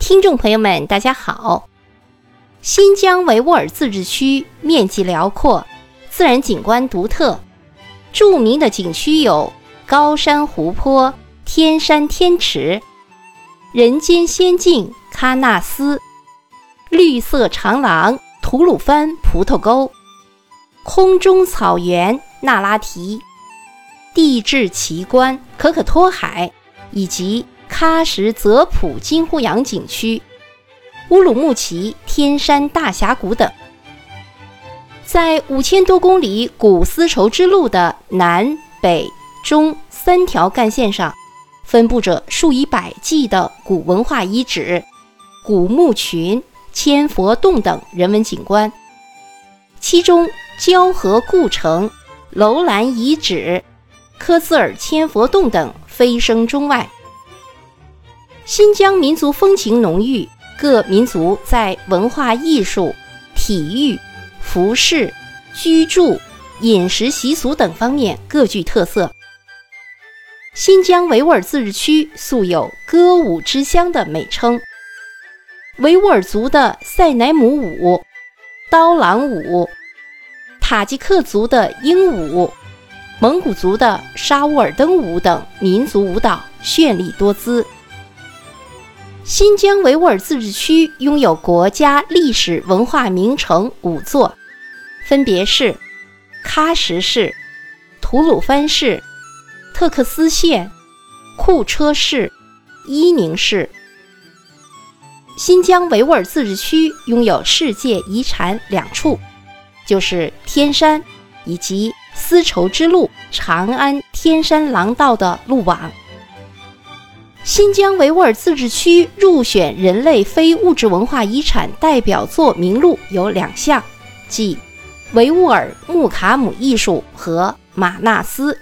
听众朋友们，大家好。新疆维吾尔自治区面积辽阔，自然景观独特，著名的景区有高山湖泊、天山天池、人间仙境喀纳斯、绿色长廊吐鲁番葡萄沟、空中草原那拉提、地质奇观可可托海，以及喀什泽普金呼扬景区、乌鲁木齐天山大峡谷等。在5000多公里古丝绸之路的南北中3条干线上，分布着数以百计的古文化遗址、古墓群、千佛洞等人文景观，其中交河故城、楼兰遗址、科兹尔千佛洞等飞升中外。新疆民族风情浓郁，各民族在文化艺术、体育、服饰、居住、饮食习俗等方面各具特色。新疆维吾尔自治区素有歌舞之乡的美称，维吾尔族的塞乃姆舞、刀郎舞、塔吉克族的鹰舞、蒙古族的沙乌尔登舞等民族舞蹈绚丽多姿。新疆维吾尔自治区拥有国家历史文化名城5座，分别是喀什市、吐鲁番市、特克斯县、库车市、伊宁市。新疆维吾尔自治区拥有世界遗产2处，就是天山以及丝绸之路长安天山廊道的路网。新疆维吾尔自治区入选人类非物质文化遗产代表作名录有2项，即维吾尔木卡姆艺术和玛纳斯。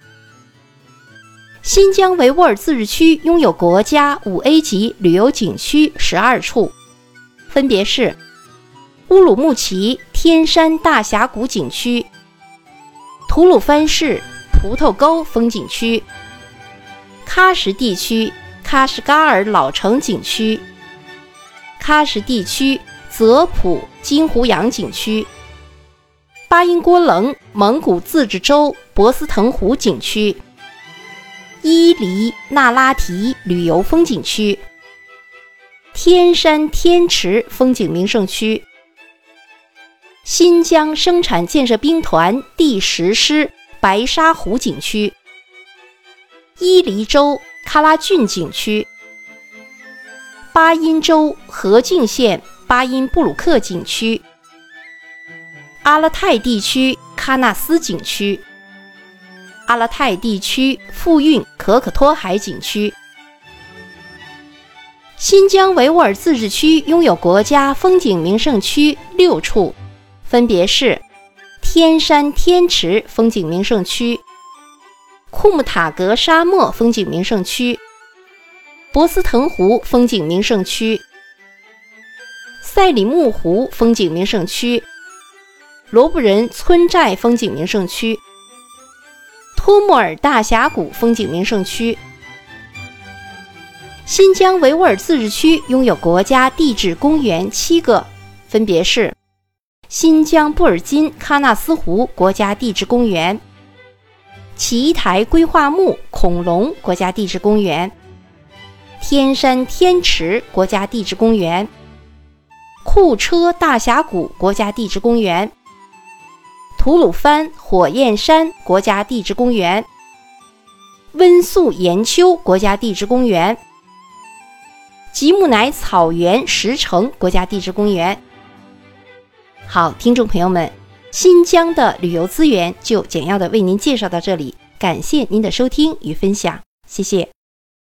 新疆维吾尔自治区拥有国家5A 级旅游景区12处，分别是乌鲁木齐天山大峡谷景区、吐鲁番市葡萄沟风景区、喀什地区喀什噶尔老城景区、喀什地区泽普金呼扬景区、巴音郭楞蒙古自治州博斯腾湖景区、伊犁那拉提旅游风景区、天山天池风景名胜区、新疆生产建设兵团第10师白沙湖景区、伊犁州喀拉峻景区、巴音州和静县巴音布鲁克景区、阿勒泰地区喀纳斯景区、阿勒泰地区富蕴可可托海景区。新疆维吾尔自治区拥有国家风景名胜区6处，分别是天山天池风景名胜区、库木塔格沙漠风景名胜区、博斯腾湖风景名胜区、赛里木湖风景名胜区、罗布人村寨风景名胜区、托木尔大峡谷风景名胜区。新疆维吾尔自治区拥有国家地质公园7个，分别是新疆布尔津喀纳斯湖国家地质公园、奇台规划墓恐龙国家地质公园、天山天池国家地质公园、库车大峡谷国家地质公园、吐鲁番火焰山国家地质公园、温宿岩丘国家地质公园、吉木乃草原石城国家地质公园。好，听众朋友们，新疆的旅游资源就简要的为您介绍到这里，感谢您的收听与分享，谢谢。